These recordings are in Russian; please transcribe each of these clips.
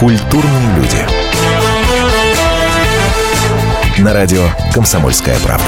Культурные люди. На радио «Комсомольская правда».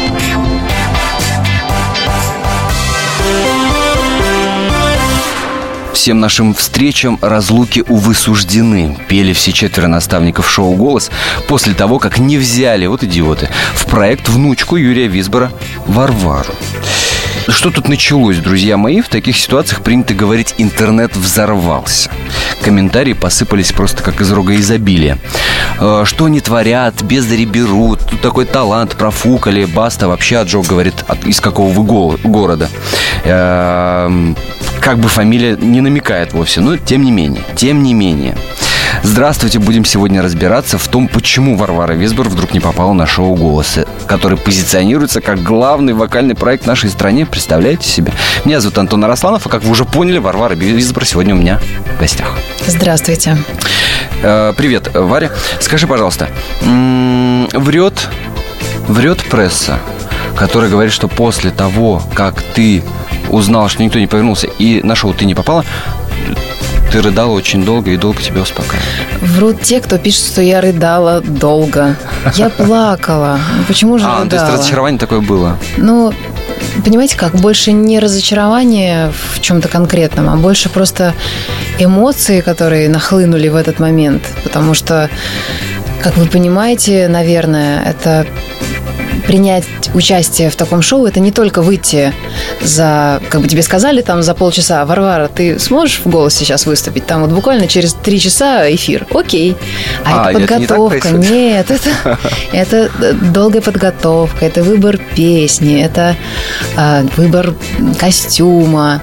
Всем нашим встречам разлуки, увы, суждены. Пели все 4 наставников шоу «Голос» после того, как не взяли, вот идиоты, в проект внучку Юрия Висбора Варвару. Что тут началось, друзья мои? В таких ситуациях принято говорить «интернет взорвался». Комментарии посыпались просто как из рога изобилия. Что они творят, бездари берут, тут такой талант, профукали, Баста вообще отжег, говорит, из какого вы города. Как бы фамилия не намекает вовсе, но тем не менее. Здравствуйте, будем сегодня разбираться в том, почему Варвара Висбор вдруг не попала на шоу «Голос», который позиционируется как главный вокальный проект в нашей стране. Представляете себе? Меня зовут Антон Арасланов, и, как вы уже поняли, Варвара Висбор сегодня у меня в гостях. Здравствуйте. Привет, Варя. Скажи, пожалуйста, врет пресса, которая говорит, что после того, как ты узнала, что никто не повернулся и на шоу ты не попала, ты рыдала очень долго и долго тебя успокаивала? Врут те, кто пишет, что я рыдала долго. Я плакала. Почему же рыдала? То есть разочарование такое было? Ну, понимаете как, больше не разочарование в чем-то конкретном, а больше просто эмоции, которые нахлынули в этот момент. Потому что, как вы понимаете, наверное, это... Принять участие в таком шоу – это не только выйти за, как бы тебе сказали, там за полчаса: Варвара, ты сможешь в «Голосе» сейчас выступить? Там вот буквально через 3 часа эфир. Окей. А это подготовка. Нет, это долгая подготовка, это выбор песни, это выбор костюма,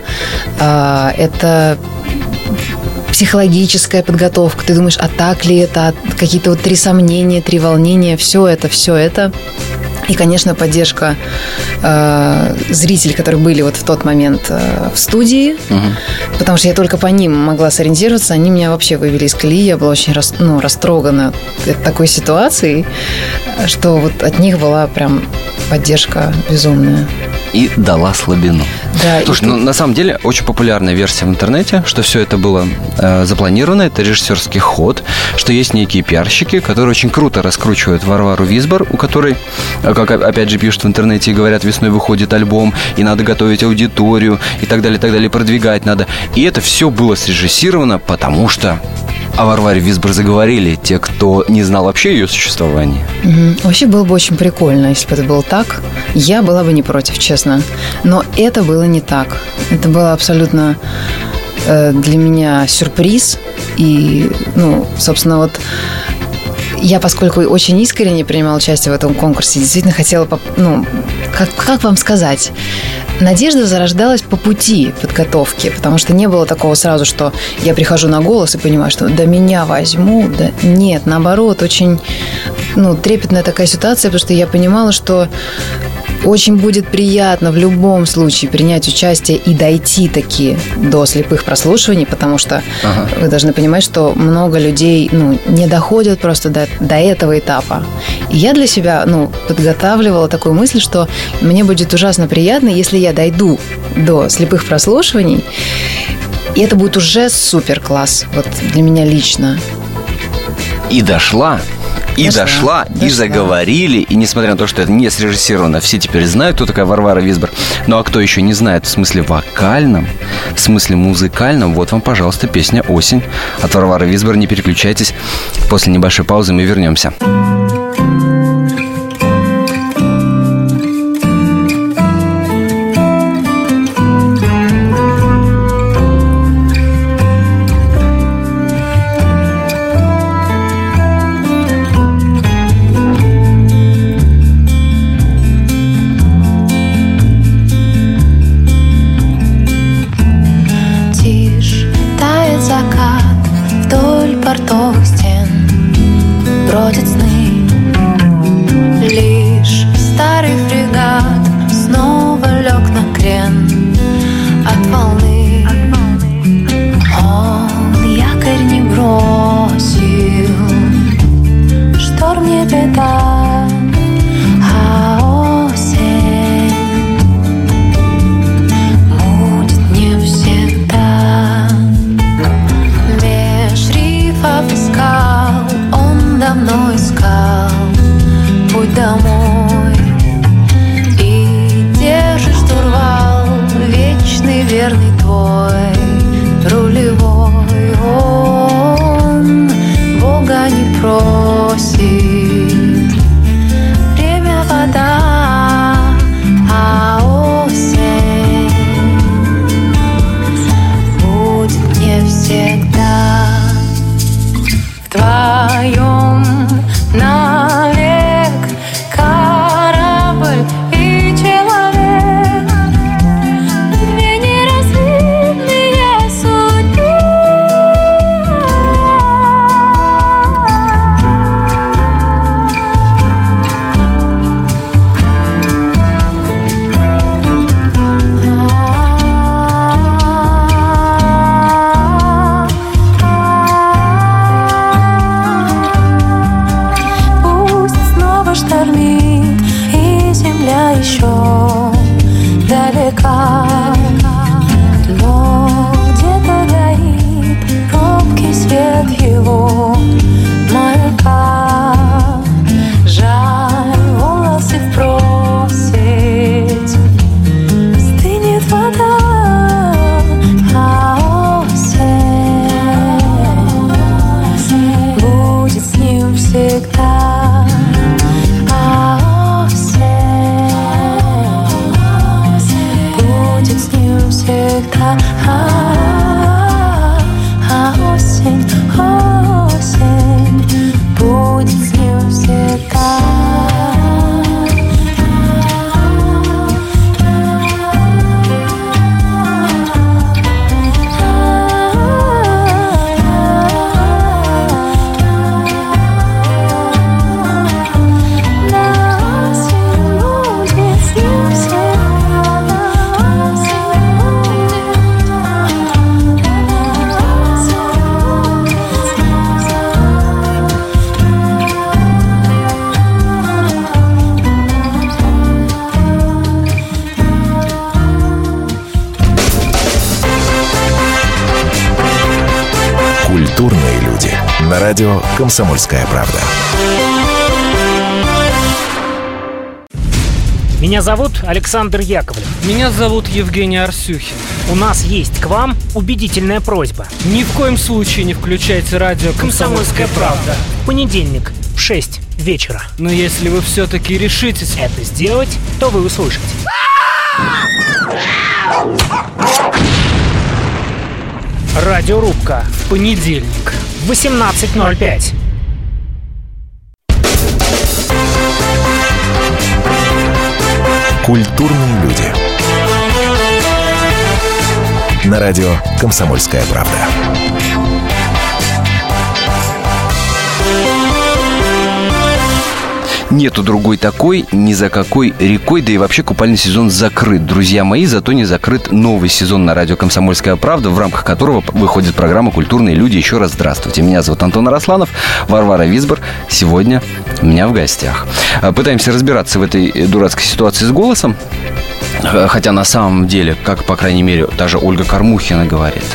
это психологическая подготовка. Ты думаешь, а так ли это? Какие-то вот 3 сомнения, 3 волнения. Все это. И, конечно, поддержка зрителей, которые были вот в тот момент в студии, потому что я только по ним могла сориентироваться. Они меня вообще вывели из колеи. Я была очень растрогана такой ситуацией, что вот от них была прям поддержка безумная. И дала слабину. Да, слушай, на самом деле очень популярная версия в интернете, что все это было запланировано, это режиссерский ход, что есть некие пиарщики, которые очень круто раскручивают Варвару Висбор, у которой, как опять же пишут в интернете и говорят, весной выходит альбом, и надо готовить аудиторию, и так далее, продвигать надо. И это все было срежиссировано, потому что о Варваре Висбор заговорили те, кто не знал вообще ее существования. Вообще было бы очень прикольно, если бы это было так. Я была бы не против, честно. Но это было не так. Это было абсолютно для меня сюрприз. И, собственно, вот я, поскольку очень искренне принимала участие в этом конкурсе, действительно хотела, как вам сказать, надежда зарождалась по пути подготовки, потому что не было такого сразу, что я прихожу на «Голос» и понимаю, что да меня возьму, да нет, наоборот, очень трепетная такая ситуация, потому что я понимала, что очень будет приятно в любом случае принять участие и дойти таки до слепых прослушиваний, потому что вы должны понимать, что много людей не доходят просто до этого этапа. И я для себя подготавливала такую мысль, что мне будет ужасно приятно, если я дойду до слепых прослушиваний, и это будет уже супер класс, вот для меня лично. И дошла, и заговорили. И несмотря на то, что это не срежиссировано, все теперь знают, кто такая Варвара Висбор. Ну а кто еще не знает в смысле вокальном, в смысле музыкальном, вот вам, пожалуйста, песня «Осень» от Варвары Висбор. Не переключайтесь. После небольшой паузы мы вернемся. Бродят сны верный твой рулевой, он Бога не просит. Время вода, а осень будет не всегда. Вдвоем навек корабль и человек, две неразлучные судьбы. Штормит, и земля еще далека, но где-то горит робкий свет его маяка. Жаль, волосы в просить, стынет вода, а осень будет с ним всегда. Осень, осень будет с ним всегда. Культурные люди. На радио «Комсомольская правда». Меня зовут Александр Яковлев. Меня зовут Евгений Арсюхин. У нас есть к вам убедительная просьба. Ни в коем случае не включайте радио «Комсомольская правда». В понедельник в 6 вечера. Но если вы все-таки решитесь это сделать, то вы услышите. Радиорубка. В понедельник в 18:05. Культурные люди. На радио «Комсомольская правда». Нету другой такой, ни за какой рекой, да и вообще купальный сезон закрыт. Друзья мои, зато не закрыт новый сезон на радио «Комсомольская правда», в рамках которого выходит программа «Культурные люди». Еще раз здравствуйте. Меня зовут Антон Арасланов, Варвара Визбор. Сегодня у меня в гостях. Пытаемся разбираться в этой дурацкой ситуации с голосом. Хотя на самом деле, как, по крайней мере, даже Ольга Кормухина говорит,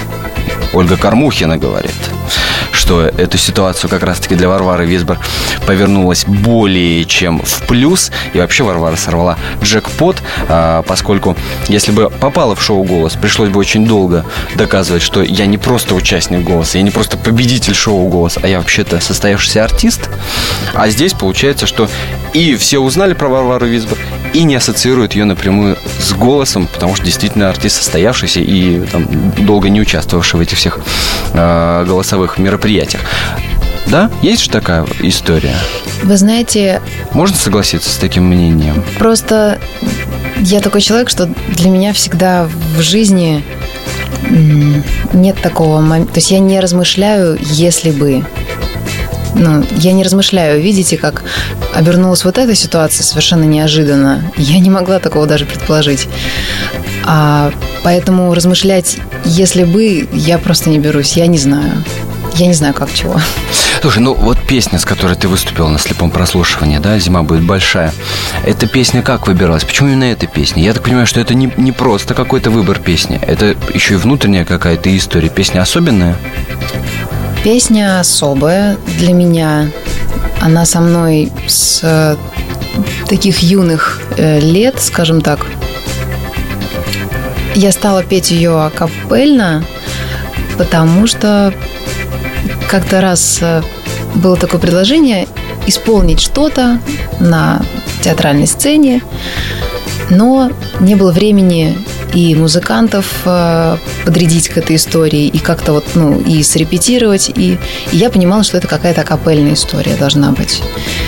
что эту ситуацию как раз-таки для Варвары Визбор повернулась более чем в плюс. И вообще Варвара сорвала джекпот, поскольку если бы попала в шоу «Голос», пришлось бы очень долго доказывать, что я не просто участник «Голоса», я не просто победитель шоу «Голос», а я вообще-то состоявшийся артист. А здесь получается, что и все узнали про Варвару Визбор, и не ассоциируют ее напрямую с «Голосом», потому что действительно артист состоявшийся и там, долго не участвовавший в этих всех голосовых мероприятиях. Да? Есть же такая история? Вы знаете... Можно согласиться с таким мнением? Просто я такой человек, что для меня всегда в жизни нет такого момента... То есть я не размышляю, если бы... я не размышляю. Видите, как обернулась вот эта ситуация совершенно неожиданно. Я не могла такого даже предположить. Поэтому размышлять, если бы, я просто не берусь. Я не знаю. Я не знаю, как чего. Слушай, вот песня, с которой ты выступила на слепом прослушивании, да, «Зима будет большая», эта песня как выбиралась? Почему именно эта песня? Я так понимаю, что это не просто какой-то выбор песни. Это еще и внутренняя какая-то история. Песня особенная? Песня особая для меня. Она со мной с таких юных лет, скажем так. я стала петь ее акапельно, потому что как-то раз было такое предложение исполнить что-то на театральной сцене, но не было времени и музыкантов подрядить к этой истории, и как-то вот, и срепетировать, и я понимала, что это какая-то акапельная история должна быть.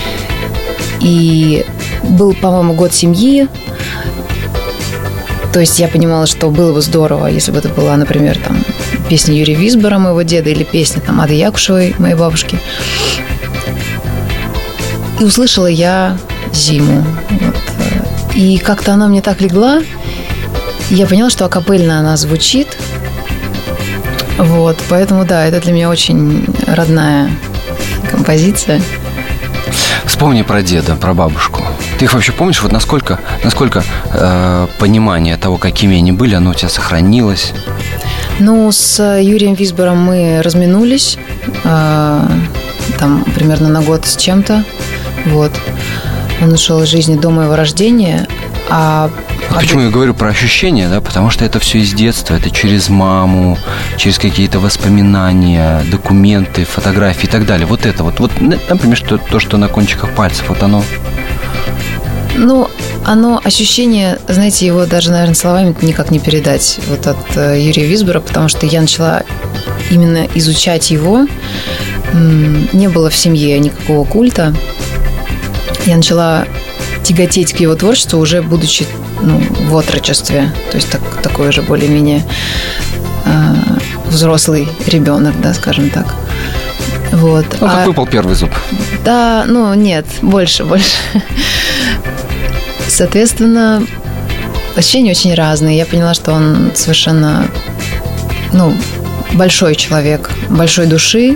И был, по-моему, год семьи, то есть я понимала, что было бы здорово, если бы это была, например, там, песня Юрия Висбора, моего деда, или песня там, Ады Якушевой, моей бабушки. И услышала я «Зиму». Вот. И как-то она мне так легла, и я поняла, что акапельно она звучит. Вот, поэтому, да, это для меня очень родная композиция. Вспомни про деда, про бабушку. Ты их вообще помнишь? Вот насколько понимание того, какими они были, оно у тебя сохранилось? С Юрием Висбором мы разминулись там примерно на год с чем-то. Вот. Он ушел из жизни до моего рождения. Почему я говорю про ощущения, да? Потому что это все из детства, это через маму, через какие-то воспоминания, документы, фотографии и так далее. Вот это вот, например, то, что на кончиках пальцев, вот оно. Оно, ощущение, знаете, его даже, наверное, словами никак не передать вот от Юрия Висбора, потому что я начала именно изучать его. Не было в семье никакого культа. Я начала тяготеть к его творчеству, уже будучи в отрочестве. То есть такой уже более-менее взрослый ребенок, да, скажем так. Вот. Как выпал первый зуб. Да, нет, больше. Соответственно, ощущения очень разные. Я поняла, что он совершенно, большой человек, большой души,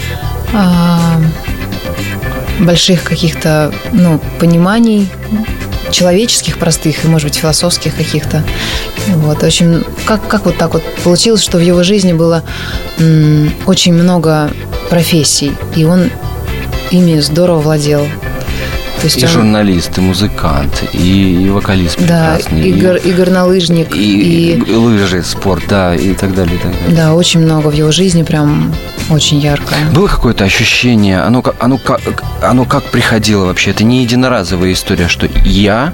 больших каких-то, пониманий, человеческих, простых и, может быть, философских каких-то. Вот, в общем, как вот так вот получилось, что в его жизни было очень много профессий, и он ими здорово владел. То есть журналист, и музыкант, и вокалист прекрасный. Да, и горнолыжник. И лыжи, спорт, да, и так далее, и так далее. Да, очень много в его жизни, прям очень яркое. Было какое-то ощущение, оно как приходило вообще? Это не единоразовая история, что я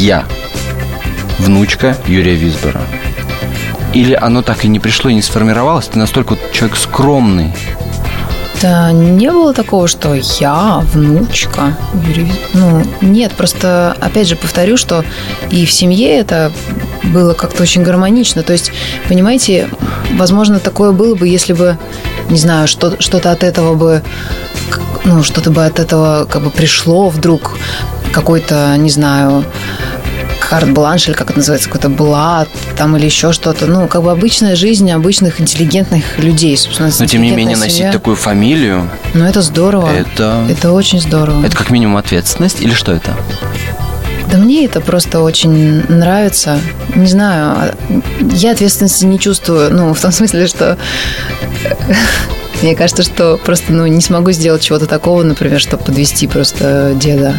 внучка Юрия Висбора. Или оно так и не пришло, и не сформировалось? Ты настолько человек скромный. Да, не было такого, что я внучка. Нет, просто, опять же, повторю, что и в семье это было как-то очень гармонично. То есть, понимаете, возможно, такое было бы, если бы, не знаю, что-то от этого бы, что-то бы от этого как бы пришло вдруг, какой-то, не знаю, карт-бланш, или как это называется, какой-то блат там или еще что-то. Обычная жизнь обычных интеллигентных людей, собственно. Но, тем не менее, носить такую фамилию... это здорово. Это очень здорово. Это как минимум ответственность или что это? Да мне это просто очень нравится. Не знаю, я ответственности не чувствую. В том смысле, что... Мне кажется, что просто не смогу сделать чего-то такого, например, чтобы подвести просто деда.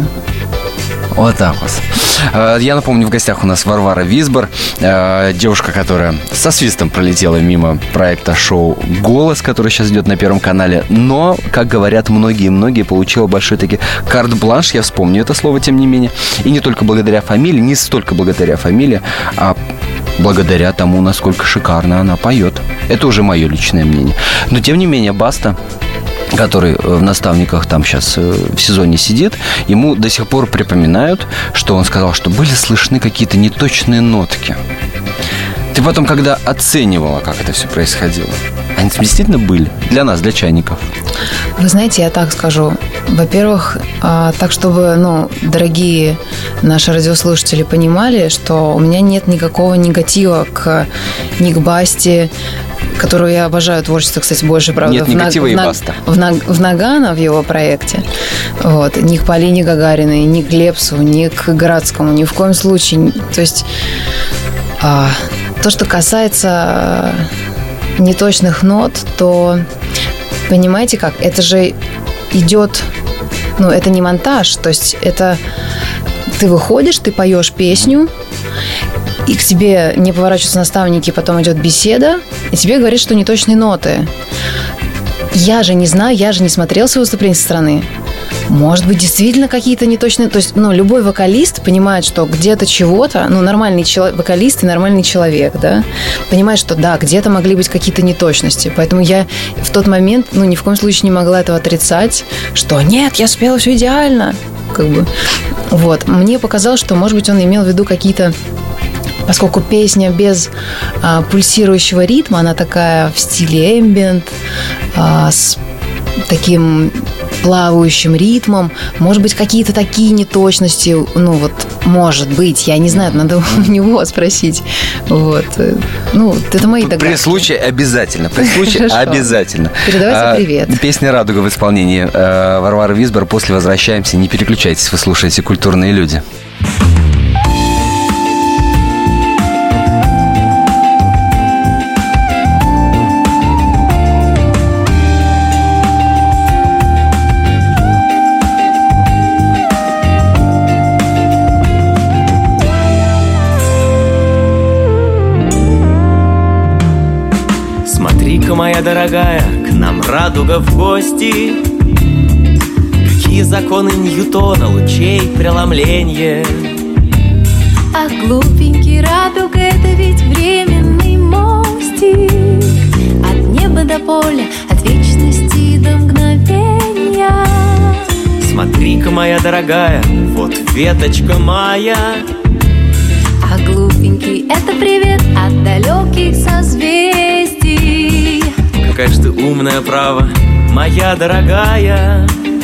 Вот так вот. Я напомню, в гостях у нас Варвара Висбор, девушка, которая со свистом пролетела мимо проекта шоу «Голос», который сейчас идет на Первом канале, но, как говорят многие получила большой таки карт-бланш, я вспомню это слово, тем не менее, и не только благодаря фамилии, не столько благодаря фамилии, а благодаря тому, насколько шикарно она поет. Это уже мое личное мнение. Но, тем не менее, Баста, который в «Наставниках» там сейчас в сезоне сидит, ему до сих пор припоминают, что он сказал, что были слышны какие-то неточные нотки. Ты потом, когда оценивала, как это все происходило, они действительно были для нас, для чайников? Вы знаете, я так скажу. Во-первых, так, чтобы, дорогие наши радиослушатели понимали, что у меня нет никакого негатива ни к Басте, которую я обожаю, творчество, кстати, больше, правда, нет негатива и Баста. В Нагано, в его проекте. Вот. Ни к Полине Гагариной, ни к Лепсу, ни к Градскому, ни в коем случае. То есть то, что касается неточных нот, то понимаете как? Это же идет... это не монтаж. То есть это... Ты выходишь, ты поешь песню, и к тебе не поворачиваются наставники, потом идет беседа, и тебе говорят, что неточные ноты. Я же не знаю, я же не смотрел свои выступления со стороны. Может быть, действительно какие-то неточные... То есть, любой вокалист понимает, что где-то чего-то... нормальный вокалист и нормальный человек, да, понимает, что, да, где-то могли быть какие-то неточности. Поэтому я в тот момент, ни в коем случае не могла этого отрицать, что нет, я спела все идеально. Вот. Мне показалось, что, может быть, он имел в виду какие-то... Поскольку песня без пульсирующего ритма, она такая в стиле эмбиент, с таким плавающим ритмом, может быть, какие-то такие неточности, может быть, я не знаю, надо у него спросить. Вот. Это мои догадки. При случае обязательно. Передавайте привет. Песня «Радуга» в исполнении Варвары Висбор. После возвращаемся. Не переключайтесь, вы слушаете «Культурные люди». Моя дорогая, к нам радуга в гости. Какие законы Ньютона, лучей преломления. А глупенький, радуга — это ведь временный мостик. От неба до поля, от вечности до мгновения. Смотри-ка, моя дорогая, вот веточка моя. А глупенький — это привет от далеких созвездий. Какая ж ты умная, право, моя дорогая.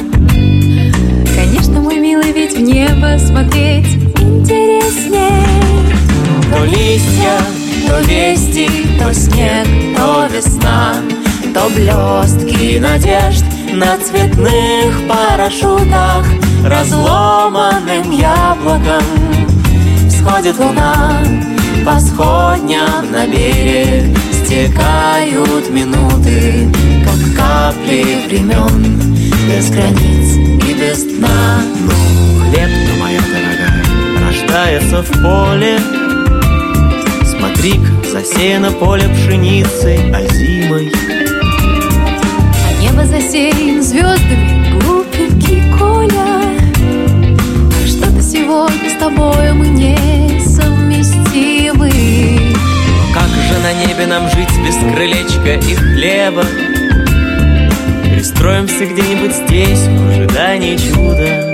Конечно, мой милый, ведь в небо смотреть интересней. То листья, то вести, то снег, то весна, то блестки надежд на цветных парашютах. Разломанным яблоком всходит луна, по сходням на берег стекают минуты, как капли времен, без границ и без дна. Хлеб-то, моя дорогая, рождается в поле. Смотри-ка, засеяно поле пшеницей озимой. А небо засеян звездами, глупенький Коля. А что-то сегодня с тобою мы несовместимы. Как же на небе нам жить без крылечка и хлеба? Пристроимся где-нибудь здесь в ожидании чуда.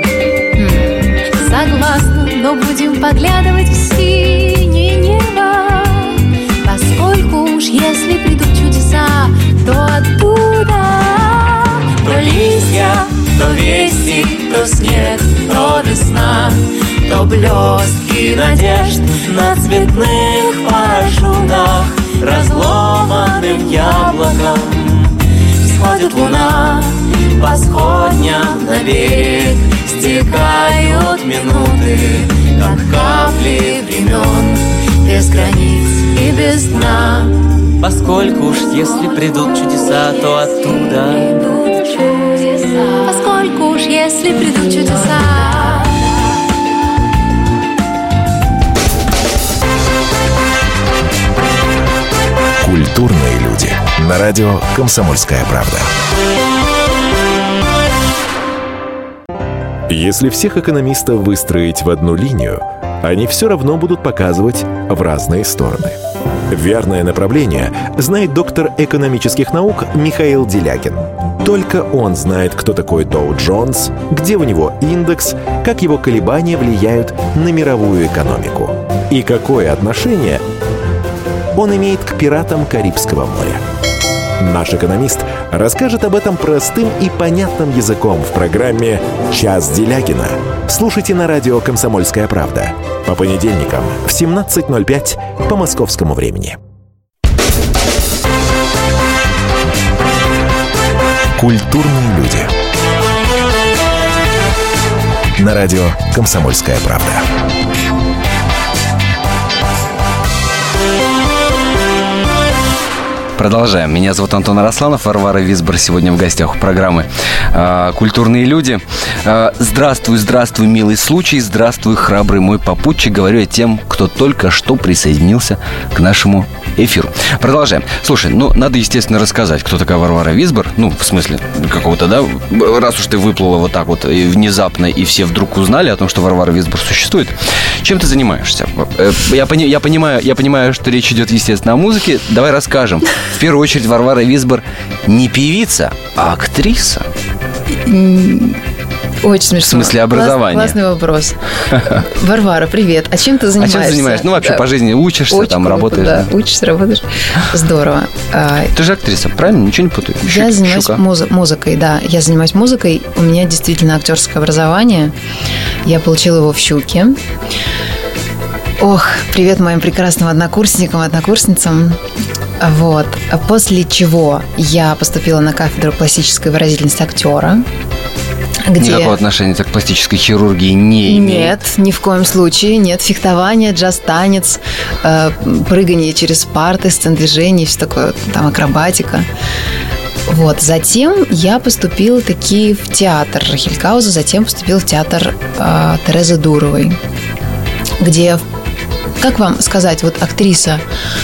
Согласна, но будем поглядывать в синее небо, поскольку уж если придут чудеса, то оттуда. То листья, то вести, то снег, то весна, то блестки надежд на цветных парашютах. Разломанным яблоком всходит луна, по сходням на берег стекают минуты, как капли времен, без границ и без дна. Поскольку уж если придут чудеса, то оттуда. Поскольку уж если придут чудеса. Культурные люди. На радио «Комсомольская правда». Если всех экономистов выстроить в одну линию, они все равно будут показывать в разные стороны. Верное направление знает доктор экономических наук Михаил Делягин. Только он знает, кто такой Доу Джонс, где у него индекс, как его колебания влияют на мировую экономику и какое отношение он имеет к пиратам Карибского моря. Наш экономист расскажет об этом простым и понятным языком в программе «Час Делягина». Слушайте на радио «Комсомольская правда» по понедельникам в 17:05 по московскому времени. Культурные люди. На радио «Комсомольская правда». Продолжаем. Меня зовут Антон Арасланов, Варвара Визбор сегодня в гостях у программы «Культурные люди». Здравствуй, здравствуй, милый случай, здравствуй, храбрый мой попутчик. Говорю я тем, кто только что присоединился к нашему эфиру. Продолжаем. Слушай, надо, естественно, рассказать, кто такая Варвара Визбор. В смысле, какого-то, да? Раз уж ты выплыла вот так вот внезапно, и все вдруг узнали о том, что Варвара Визбор существует. Чем ты занимаешься? Я понимаю, что речь идет, естественно, о музыке. Давай расскажем. В первую очередь, Варвара Визбор не певица, а актриса. Очень смешно. В смысле образования. Классный вопрос. Варвара, привет. А чем ты занимаешься? А чем ты занимаешься? Вообще по жизни учишься, очень там круто, работаешь? Да, учишься, работаешь. Здорово. Ты же актриса, правильно? Ничего не путаю. Я занимаюсь музыкой, да. Я занимаюсь музыкой. У меня действительно актерское образование. Я получила его в «Щуке». Ох, привет моим прекрасным однокурсникам, однокурсницам. Вот. После чего я поступила на кафедру пластической выразительности актера. Никакого отношения к пластической хирургии не имеет? Нет, ни в коем случае. Нет, фехтование, джаз-танец, прыгание через парты, сцен движений, все такое, там акробатика. Вот. Затем я поступила таки в театр Рахелькауза, затем поступила в театр Терезы Дуровой, где, как вам сказать, вот актриса...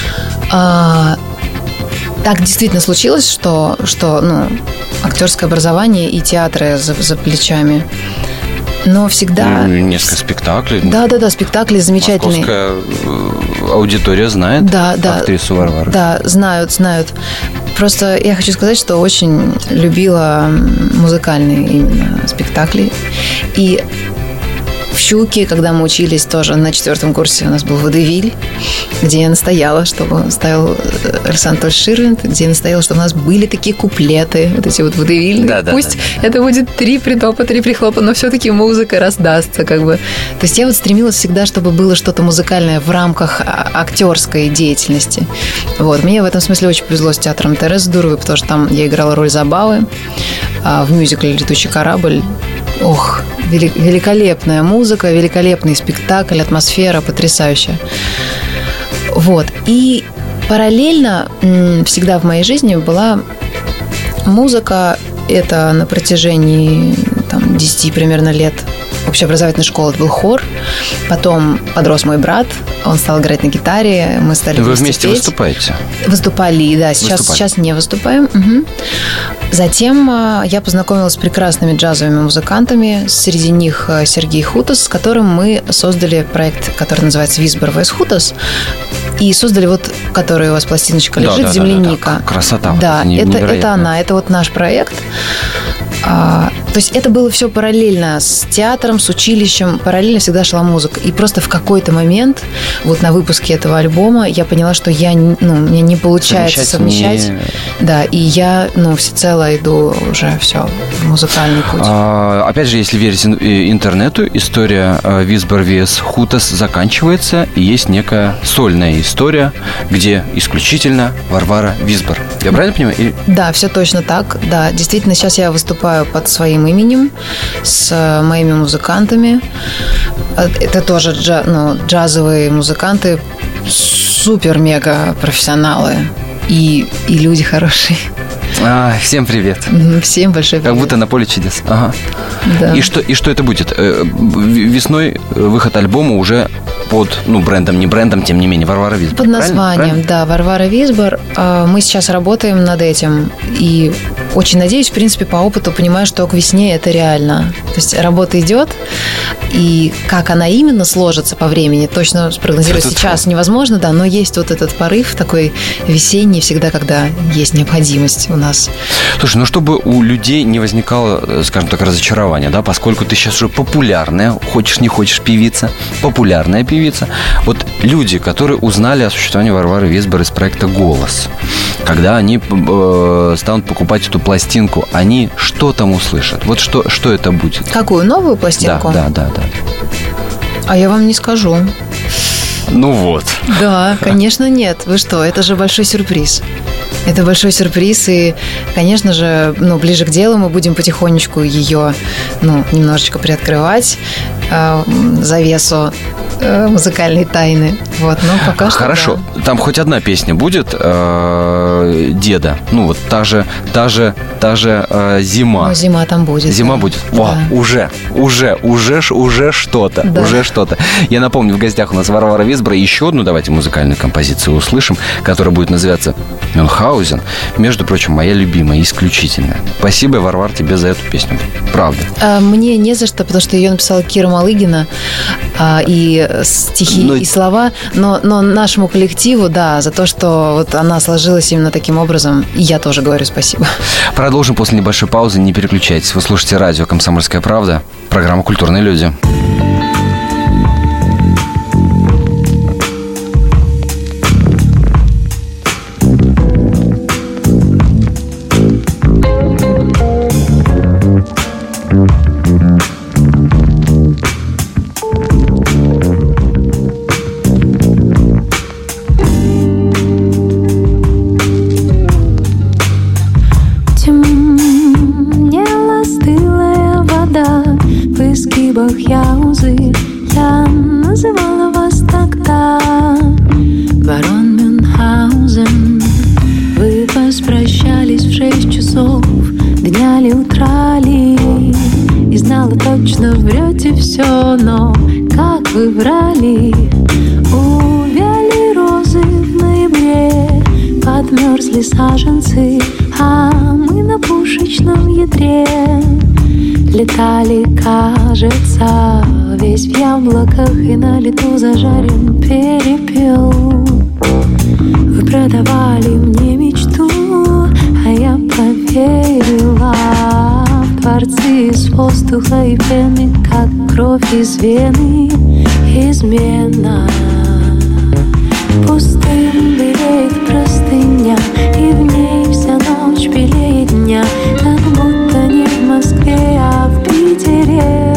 Так действительно случилось, что актерское образование и театры за плечами. Но всегда... Несколько спектаклей. Да, спектакли замечательные. Московская аудитория знает актрису Варвару. Да, знают. Просто я хочу сказать, что очень любила музыкальные именно спектакли. И в «Щуке», когда мы учились тоже на 4 курсе, у нас был водевиль, где я настояла, чтобы ставил Александр Анатольевич Ширвинд, где я настояла, чтобы у нас были такие куплеты, вот эти вот водевильные. Пусть это будет 3 притопа, 3 прихлопа, но все-таки музыка раздастся, как бы. То есть я вот стремилась всегда, чтобы было что-то музыкальное в рамках актерской деятельности. Вот. Мне в этом смысле очень повезло с театром Терезы Дуровой, потому что там я играла роль Забавы в мюзикле «Летучий корабль». Ох, великолепная музыка, великолепный спектакль, атмосфера потрясающая. Вот. И параллельно всегда в моей жизни была музыка. Это на протяжении 10 примерно лет общеобразовательной школы был хор. Потом подрос мой брат, он стал играть на гитаре, мы стали вместе петь. Выступаете? Выступали, да. Сейчас не выступаем. Угу. Затем я познакомилась с прекрасными джазовыми музыкантами. Среди них Сергей Хутас, с которым мы создали проект, который называется «Визбор Вес Хутас». И создали который у вас пластиночка лежит, «Земляника». Да. Красота. Да, это она, это вот наш проект. То есть это было все параллельно с театром, с училищем, параллельно всегда шла музыка. И просто в какой-то момент, вот на выпуске этого альбома, я поняла, что мне не получается совмещать. Да, и я, всецело иду уже все в музыкальный путь. Опять же, если верить интернету, история Визбор Вес Хутас заканчивается, и есть некая сольная история, где исключительно Варвара Визбор. Я правильно понимаю? Да, все точно так. Да, действительно, сейчас я выступаю под своим именем с моими музыкантами. Это тоже джазовые музыканты, супер-мега профессионалы и люди хорошие. Всем привет. Всем большой привет. Как будто на поле чудес. Ага. Да. И что это будет? Весной выход альбома уже под, брендом, не брендом, тем не менее, Варвара Визбор. Под названием, да, Варвара Визбор. Мы сейчас работаем над этим. И очень надеюсь, в принципе, по опыту понимаю, что к весне это реально. То есть работа идет. И как она именно сложится по времени, точно спрогнозировать сейчас невозможно, да, но есть вот этот порыв такой весенний всегда, когда есть необходимость у нас. Слушай, чтобы у людей не возникало, скажем так, разочарования, да, поскольку ты сейчас уже популярная, хочешь не хочешь певица, популярная певица. Вот люди, которые узнали о существовании Варвары Визбор из проекта «Голос», когда они станут покупать эту пластинку, они что там услышат? Вот что это будет? Какую, новую пластинку? Да. А я вам не скажу. Вот. Да, конечно, нет. Вы что, это же большой сюрприз. Это большой сюрприз, и, конечно же, ближе к делу мы будем потихонечку ее, немножечко приоткрывать. завесу музыкальной тайны. Вот, но пока что. Хорошо. Да. Там хоть одна песня будет деда. Ну, вот та же зима. Ну, зима там будет. Зима да. будет. Во, да. уже что-то. Да. Уже что-то. Я напомню, в гостях у нас Варвара Визбора. Еще одну давайте музыкальную композицию услышим, которая будет называться «Мюнхгаузен». Между прочим, моя любимая, исключительная. Спасибо, Варвар, тебе за эту песню. Правда. Мне не за что, потому что ее написала Кира Малыгина, и стихи, и слова, но нашему коллективу, да, за то, что вот она сложилась именно таким образом, и я тоже говорю спасибо. Продолжим после небольшой паузы, не переключайтесь. Вы слушаете радио «Комсомольская правда», программа «Культурные люди». Яузы, я называла вас тогда барон Мюнхгаузен. Вы возвращались в 6 часов дня ли, утра ли, и знала точно, врете все, но как вы врали. Увяли розы в ноябре, подмерзли саженцы, а мы на пушечном ядре летали, кажется, весь в яблоках и на лету зажарен перепел. Вы продавали мне мечту, а я поверила в дворцы из воздуха и пены, как кровь из вены, измена. Пустым белеет простыня, и в ней вся ночь белее дня, как будто не в Москве, а в Питере.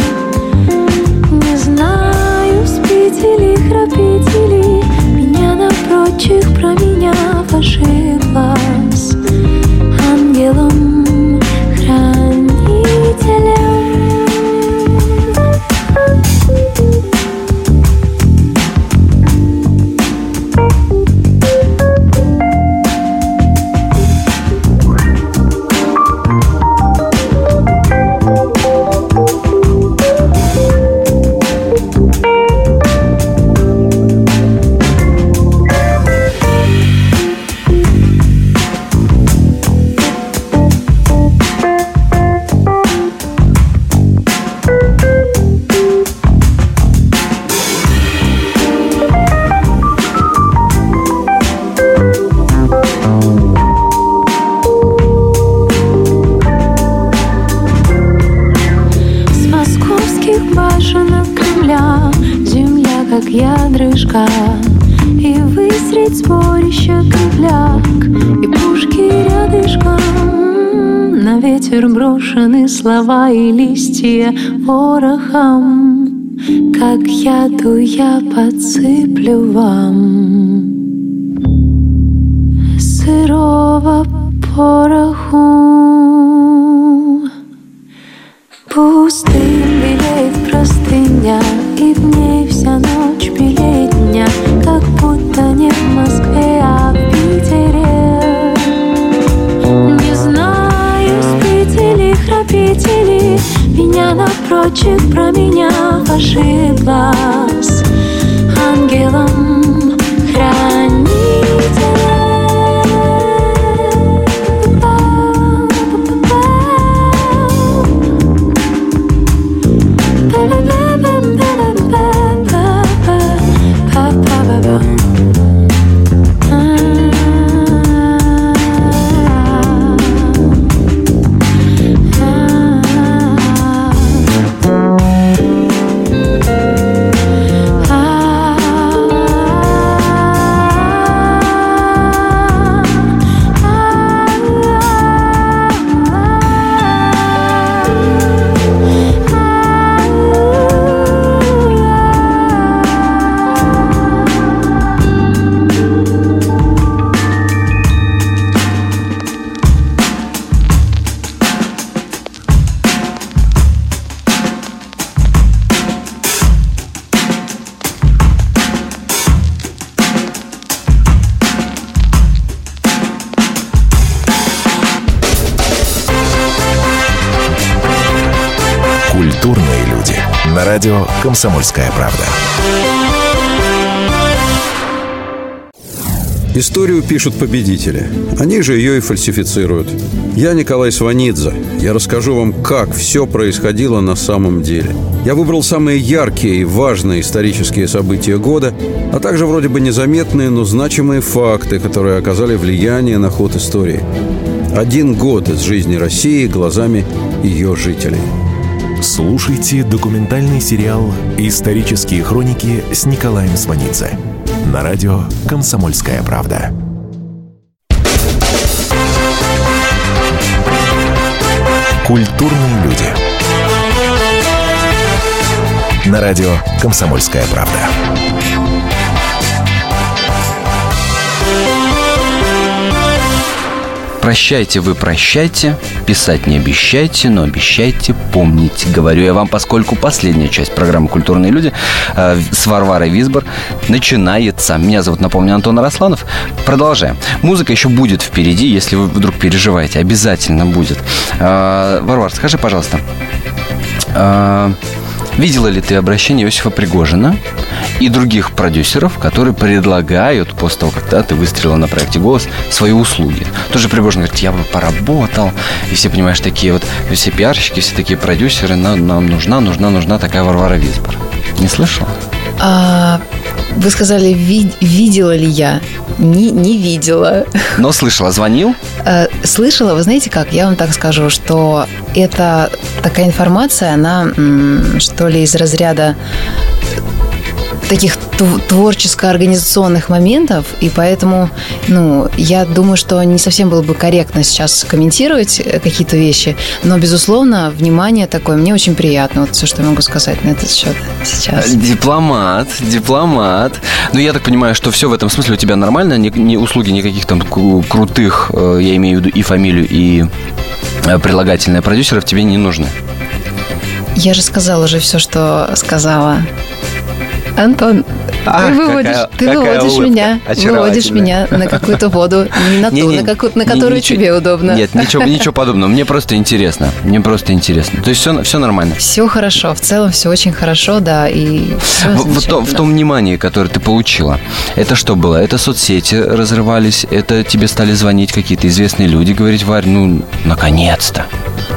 Не знаю, спите ли, храпите ли, меня напрочих променяв ошиблась ангелом-хранителем. И вы средь сборища кругляк, и пушки рядышком. На ветер брошены слова и листья ворохом. Как яду я подсыплю вам сырого пороху. Пустым белеет простыня, и в ней вся ночь белее дня, как будто не в Москве, а в Питере. Не знаю, спите ли, храпите ли, меня напрочих променяв ошиблась ангелом-хранителем. На радио «Комсомольская правда». Историю пишут победители. Они же ее и фальсифицируют. Я Николай Сванидзе. Я расскажу вам, как все происходило на самом деле. Я выбрал самые яркие и важные исторические события года, а также вроде бы незаметные, но значимые факты, которые оказали влияние на ход истории. 1 год из жизни России глазами ее жителей. Слушайте документальный сериал «Исторические хроники» с Николаем Сванидзе на радио «Комсомольская правда». Культурные люди. На радио «Комсомольская правда». Прощайте вы, прощайте, писать не обещайте, но обещайте помнить. Говорю я вам, поскольку последняя часть программы «Культурные люди» с Варварой Визбор начинается. Меня зовут, напомню, Антон Арасланов. Продолжаем. Музыка еще будет впереди, если вы вдруг переживаете. Обязательно будет. Варвар, скажи, пожалуйста, видела ли ты обращение Иосифа Пригожина и других продюсеров, которые предлагают, после того, как ты выстрелила на проекте «Голос», свои услуги? Тоже Пригожин говорит, я бы поработал. И все, понимаешь, такие вот, все пиарщики, все такие продюсеры, нам нужна такая Варвара Визбор. Не слышала? Вы сказали, видела ли я? Не видела. Но слышала, звонил? Слышала, вы знаете как, я вам так скажу, что это такая информация, она, что ли, из разряда таких творческо-организационных моментов, и поэтому, я думаю, что не совсем было бы корректно сейчас комментировать какие-то вещи, но, безусловно, внимание такое, мне очень приятно, вот все, что я могу сказать на этот счет сейчас. Дипломат. Ну, я так понимаю, что все в этом смысле у тебя нормально, ни услуги никаких там крутых, я имею в виду и фамилию, и прилагательное продюсеров тебе не нужны. Я же сказала уже все, что сказала. Антон, ты выводишь меня на какую-то воду, не на ту, на которую тебе удобно. Нет, ничего подобного. Мне просто интересно. То есть все нормально. Все хорошо. В целом все очень хорошо, да. И в том внимании, которое ты получила, это что было? Это соцсети разрывались? Это тебе стали звонить какие-то известные люди, говорить, Варь, наконец-то?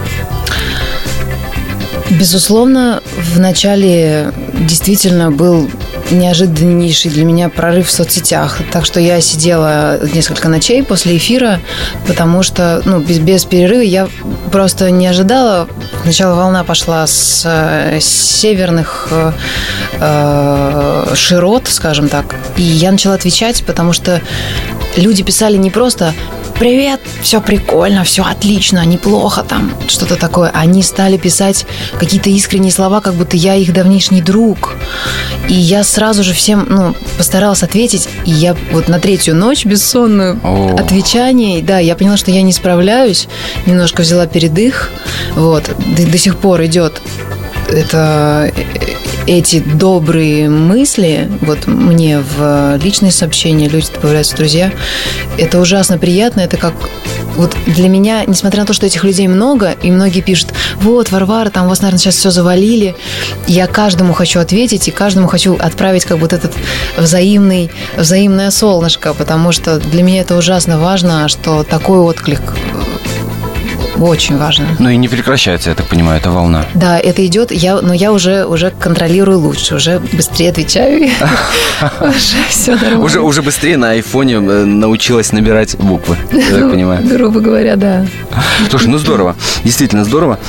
Безусловно, в начале действительно был неожиданнейший для меня прорыв в соцсетях. Так что я сидела несколько ночей после эфира, потому что, без перерыва я просто не ожидала. Сначала волна пошла с северных широт, скажем так. И я начала отвечать, потому что люди писали не просто «Привет, все прикольно, все отлично, неплохо там», что-то такое. Они стали писать какие-то искренние слова, как будто я их давнишний друг. И я сразу же всем, постаралась ответить. И я вот на 3-ю ночь бессонную отвечаний, да, я поняла, что я не справляюсь. Немножко взяла передых. Вот. До сих пор идет эти добрые мысли, вот мне в личные сообщения, люди добавляются, друзья, это ужасно приятно, это как вот для меня, несмотря на то, что этих людей много, и многие пишут, вот, Варвара, там у вас, наверное, сейчас все завалили, я каждому хочу ответить, и каждому хочу отправить как вот этот взаимное солнышко, потому что для меня это ужасно важно, что такой отклик очень важно. И не прекращается, я так понимаю, эта волна. Да, это идет, но я уже контролирую лучше, уже быстрее отвечаю. Уже все нормально. Уже быстрее на айфоне научилась набирать буквы, я так понимаю. Грубо говоря, да. Слушай, здорово, действительно здорово.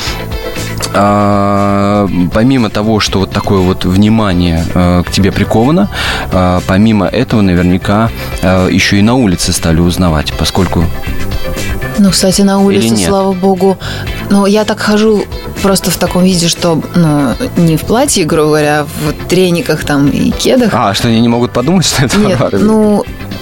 Помимо того, что вот такое вот внимание к тебе приковано, помимо этого наверняка еще и на улице стали узнавать, поскольку... Кстати, на улице, слава богу. Но я так хожу просто в таком виде, что, не в платье, грубо говоря, а в трениках там и кедах. Что они не могут подумать, что это Варвара?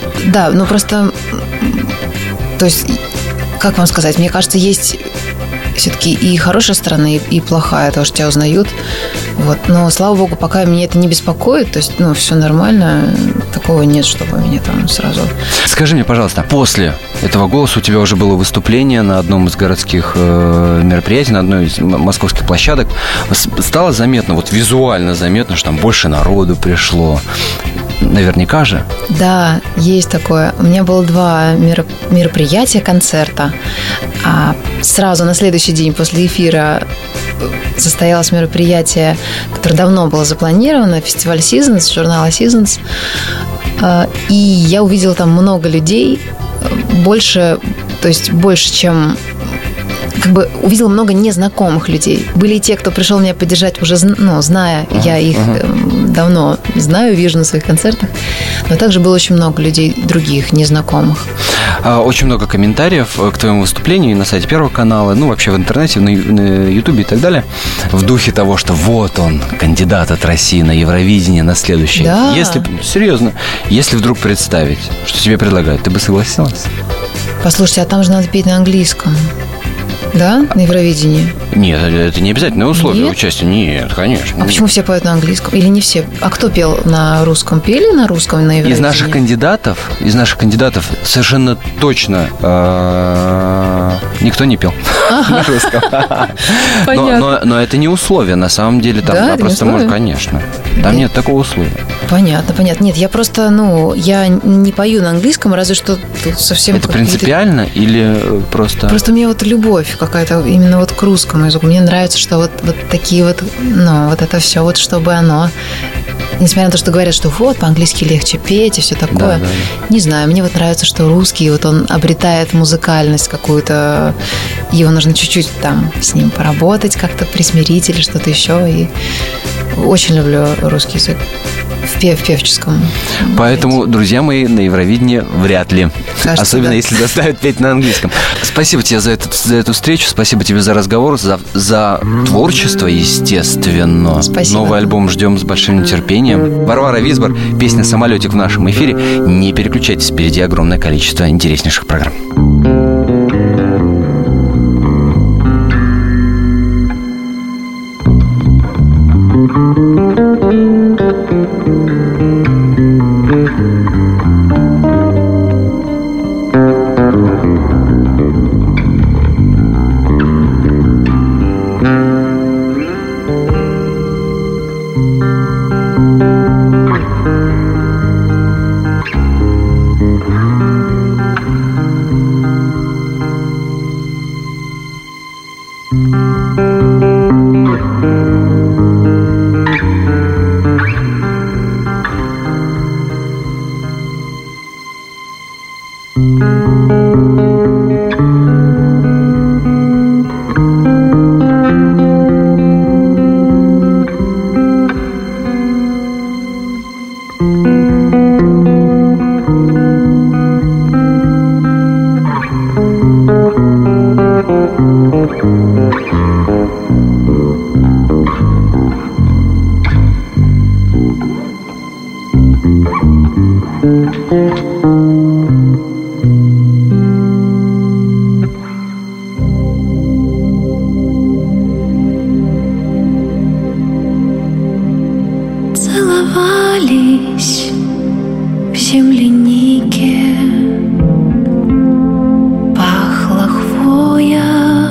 Просто... То есть, как вам сказать, мне кажется, есть все-таки и хорошая сторона, и плохая, то, что тебя узнают. Вот. Но, слава богу, пока меня это не беспокоит, то есть, все нормально, такого нет, чтобы меня там сразу... Скажи мне, пожалуйста, после этого «Голоса» у тебя уже было выступление на одном из городских мероприятий, на одной из московских площадок. Стало заметно, вот визуально заметно, что там больше народу пришло. Наверняка же. Да, есть такое. У меня было 2 мероприятия, концерта. А сразу на следующий день после эфира состоялось мероприятие, которое давно было запланировано, фестиваль Seasons, журнала Seasons. И я увидела там много людей, больше, чем... увидела много незнакомых людей. Были и те, кто пришел меня поддержать, уже зная, я их давно знаю, вижу на своих концертах, но также было очень много людей других, незнакомых. Очень много комментариев к твоему выступлению на сайте Первого канала, вообще в интернете, на Ютубе и так далее, в духе того, что вот он, кандидат от России на Евровидение на следующее. Да. Серьезно, если вдруг представить, что тебе предлагают, ты бы согласилась? Послушайте, а там же надо петь на английском. Да, на Евровидении? Нет, это не обязательное условие участия. Нет, конечно. А почему все поют на английском? Или не все? А кто пел на русском? Пели на русском на Евровидении? Из наших кандидатов совершенно точно никто не пел на русском. Понятно. Но это не условие, на самом деле. Там просто можно, конечно. Там нет такого условия. Понятно. Нет, я просто, я не пою на английском, разве что совсем... Это принципиально или просто... Просто у меня любовь какая-то именно к русскому языку. Мне нравится, что вот такие вот это все, чтобы оно... Несмотря на то, что говорят, что по-английски легче петь и все такое. Да. Не знаю, мне нравится, что русский, он обретает музыкальность какую-то. Его нужно чуть-чуть там с ним поработать, как-то присмирить или что-то еще. И очень люблю русский язык. В певческом. Поэтому, друзья мои, на Евровидении вряд ли. Кажется, особенно, если заставят петь на английском. Спасибо тебе за эту встречу. Спасибо тебе за разговор, за творчество, естественно. Спасибо. Новый альбом ждем с большим нетерпением. Варвара Визбор, песня «Самолетик» в нашем эфире. Не переключайтесь, впереди огромное количество интереснейших программ. Целовались в землянике, пахло хвоя,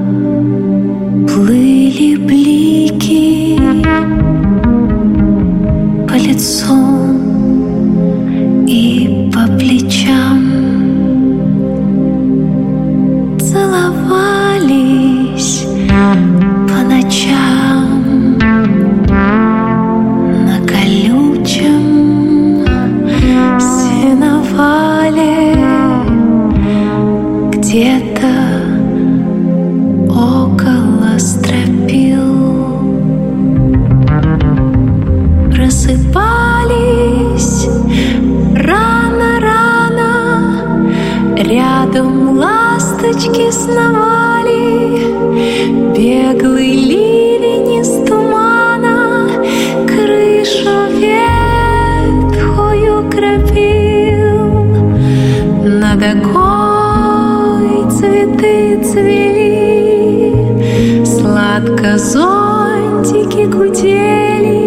плыли блики по лицу и по плечам. Целовались по ночам на колючем сеновале, где-то около стропил. Просыпались рано-рано, рядом ласточки сновали, беглый ливень из тумана крышу ветхую кропил. Над окой цветы цвели, зонтики гудели,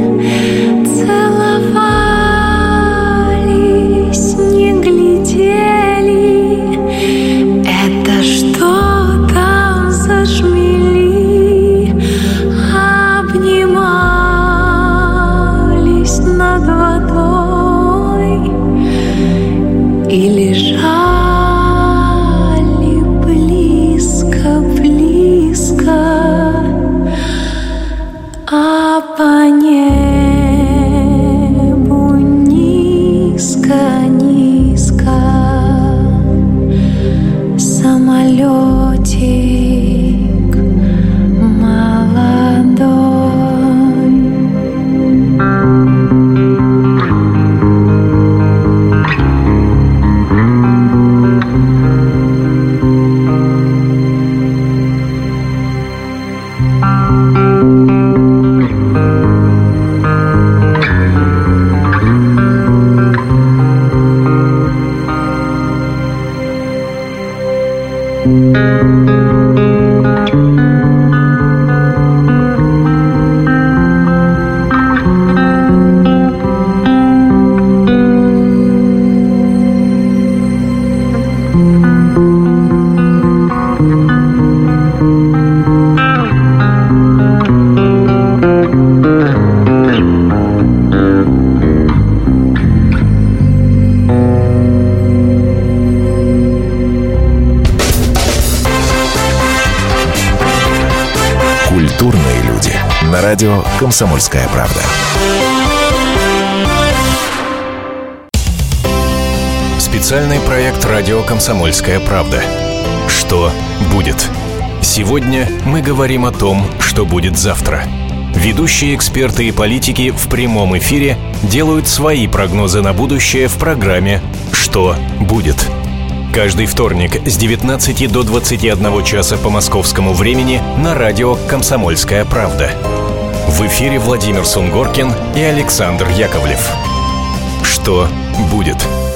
целовались, не глядели. Это что там зажмели, обнимались над водой и лежали близко-близко, а по небу низко-низко самолетик молодой. Культурные люди. На радио «Комсомольская правда». Специальный проект «Радио Комсомольская правда». Что будет? Сегодня мы говорим о том, что будет завтра. Ведущие эксперты и политики в прямом эфире делают свои прогнозы на будущее в программе «Что будет?». Каждый вторник с 19 до 21 часа по московскому времени на радио «Комсомольская правда». В эфире Владимир Сунгоркин и Александр Яковлев. Что будет?